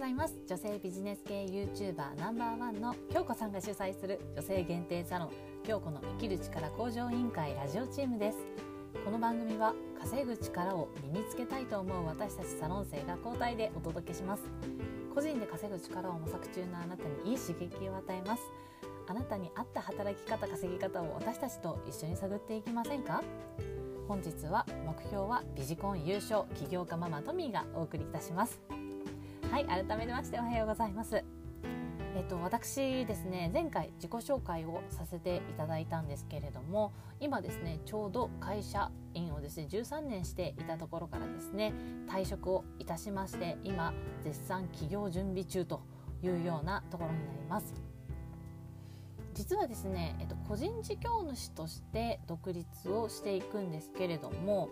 ざいます。女性ビジネス系 YouTuber ナンバーワンの京子さんが主催する女性限定サロン京子の生きる力向上委員会ラジオチームです。この番組は稼ぐ力を身につけたいと思う私たちサロン生が交代でお届けします。個人で稼ぐ力を模索中のあなたにいい刺激を与えます。あなたに合った働き方、稼ぎ方を私たちと一緒に探っていきませんか？本日は目標はビジコン優勝、起業家ママトミーがお送りいたします。はい、改めましておはようございます。私ですね、前回自己紹介をさせていただいたんですけれども、今ですね、ちょうど会社員をですね13年していたところからですね退職をいたしまして、今絶賛起業準備中というようなところになります。実はですね、個人事業主として独立をしていくんですけれども、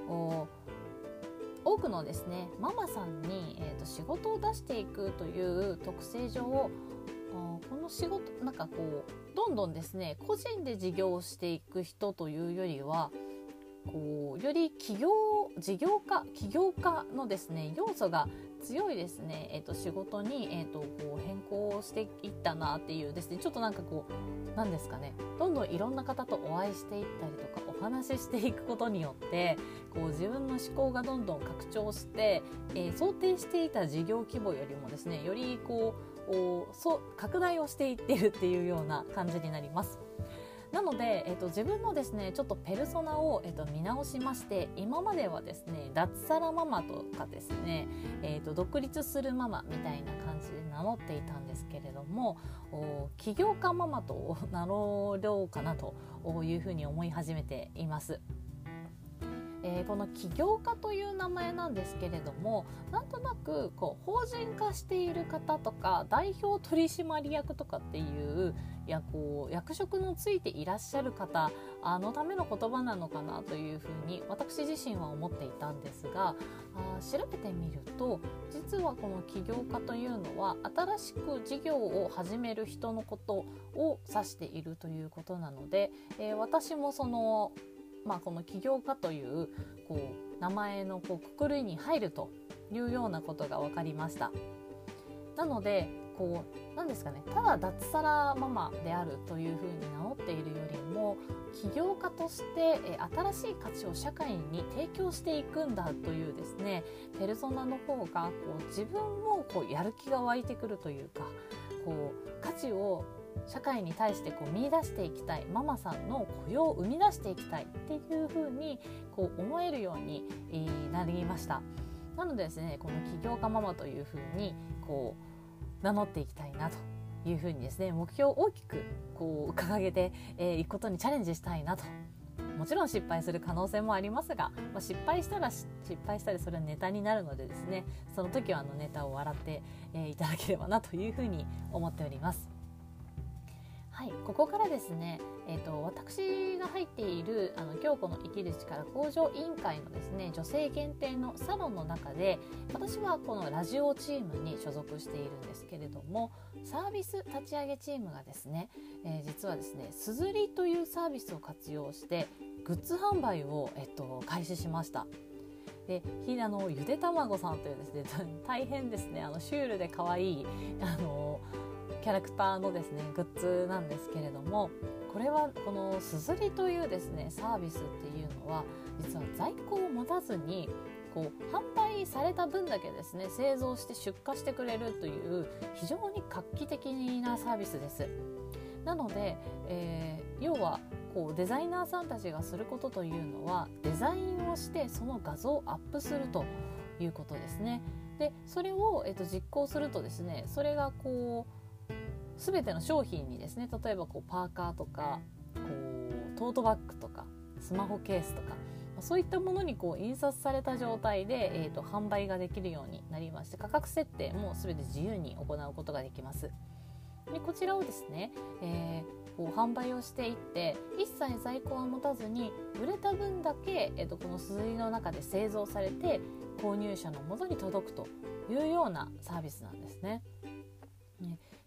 多くのですねママさんに、仕事を出していくという特性上、この仕事どんどんですね個人で事業をしていく人というよりはより事業家のですね要素が強いですね、仕事に、変更していったなっていうですね、ちょっとなんですかね、どんどんいろんな方とお会いしていったりとかお話ししていくことによって自分の思考がどんどん拡張して、想定していた事業規模よりもですねより拡大をしていっているっていうような感じになります。なので、自分のですねちょっとペルソナを、見直しまして、今まではですね脱サラママとかですね、独立するママみたいな感じで名乗っていたんですけれども、起業家ママと名乗ろうかなというふうに思い始めています。この起業家という名前なんですけれども、なんとなく法人化している方とか代表取締役とかっていう役職のついていらっしゃる方のための言葉なのかなというふうに私自身は思っていたんですが、調べてみると実はこの起業家というのは新しく事業を始める人のことを指しているということなので、私もこの起業家という名前のくくりに入るというようなことが分かりました。なのでなんですかね、ただ脱サラママであるというふうに名乗っているよりも、起業家として新しい価値を社会に提供していくんだというですねペルソナの方が自分もやる気が湧いてくるというか、価値を社会に対して見出していきたい、ママさんの雇用を生み出していきたいっていうふうに思えるようになりました。なのでですね、この起業家ママというふうに名乗っていきたいなというふうにですね、目標を大きく掲げていくことにチャレンジしたいなと。もちろん失敗する可能性もありますが、失敗したらそれはネタになるのでですね、その時はネタを笑っていただければなというふうに思っております。はい、ここからですね、私が入っている京子の生きる力向上委員会のですね女性限定のサロンの中で、私はこのラジオチームに所属しているんですけれども、サービス立ち上げチームがですね、実はですねすずりというサービスを活用してグッズ販売を、開始しました。でゆでたまごさんというですね大変ですねシュールで可愛いキャラクターのですねグッズなんですけれども、これはこのすずりというですねサービスっていうのは実は在庫を持たずに販売された分だけですね製造して出荷してくれるという非常に画期的なサービスです。なので、要はデザイナーさんたちがすることというのはデザインをしてその画像をアップするということですね。でそれを、実行するとですね、それが全ての商品にですね、例えばパーカーとかトートバッグとかスマホケースとかそういったものに印刷された状態で、販売ができるようになりまして、価格設定も全て自由に行うことができます。でこちらをですね、販売をしていって、一切在庫は持たずに売れた分だけ、このすずりの中で製造されて購入者の元に届くというようなサービスなんですね。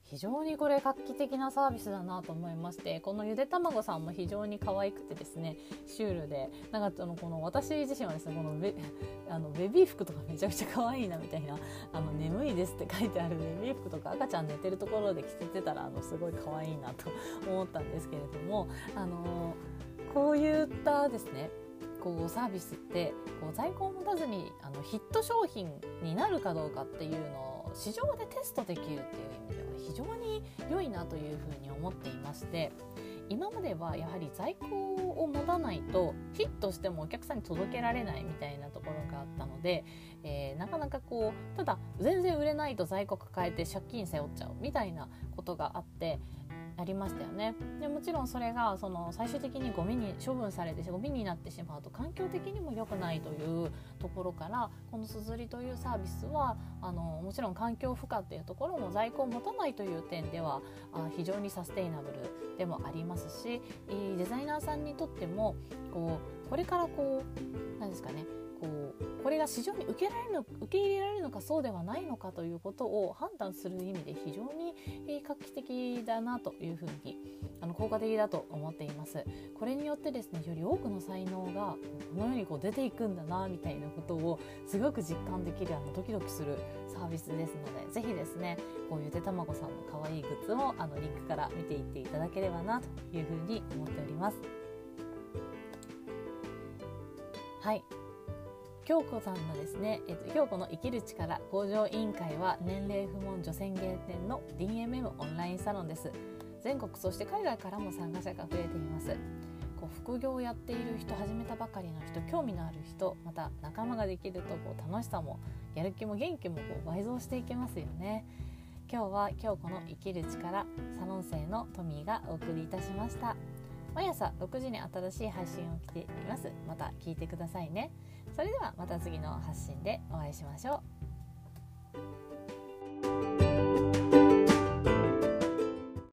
非常にこれ画期的なサービスだなと思いまして、このゆでたまごさんも非常に可愛くてですね、シュールで、なんかこの私自身はですね、このベビー服とかめちゃくちゃ可愛いなみたいな、眠いですって書いてあるベビー服とか赤ちゃん寝てるところで着せてたらすごい可愛いなと思ったんですけれども、こういったですねこうサービスってこう在庫を持たずにヒット商品になるかどうかっていうのを市場でテストできるっていう意味では非常に良いなというふうに思っていまして、今まではやはり在庫を持たないとヒットしてもお客さんに届けられないみたいなところがあったので、なかなかこうただ全然売れないと在庫抱えて借金背負っちゃうみたいなことがあってありましたよね。でもちろんそれが最終的にゴミに処分されてゴミになってしまうと環境的にも良くないというところから、このすずりというサービスはもちろん環境負荷っていうところも在庫を持たないという点では非常にサステイナブルでもありますし、デザイナーさんにとってもこれから何ですかね、これが市場に受け入れられるのかそうではないのかということを判断する意味で非常に画期的だなというふうに効果的だと思っています。これによってですね、より多くの才能がこのように出ていくんだなみたいなことをすごく実感できるドキドキするサービスですので、ぜひですねゆでたまごさんの可愛いグッズもリンクから見ていっていただければなというふうに思っております。はい、京子さんのですね、京子の生きる力向上委員会は年齢不問女性限定の DMM オンラインサロンです。全国そして海外からも参加者が増えています。副業をやっている人、始めたばかりの人、興味のある人、また仲間ができると楽しさもやる気も元気も倍増していけますよね。今日は京子の生きる力サロン生のトミーがお送りいたしました。毎朝6時に新しい配信をしています。また聞いてくださいね。それではまた次の発信でお会いしましょう。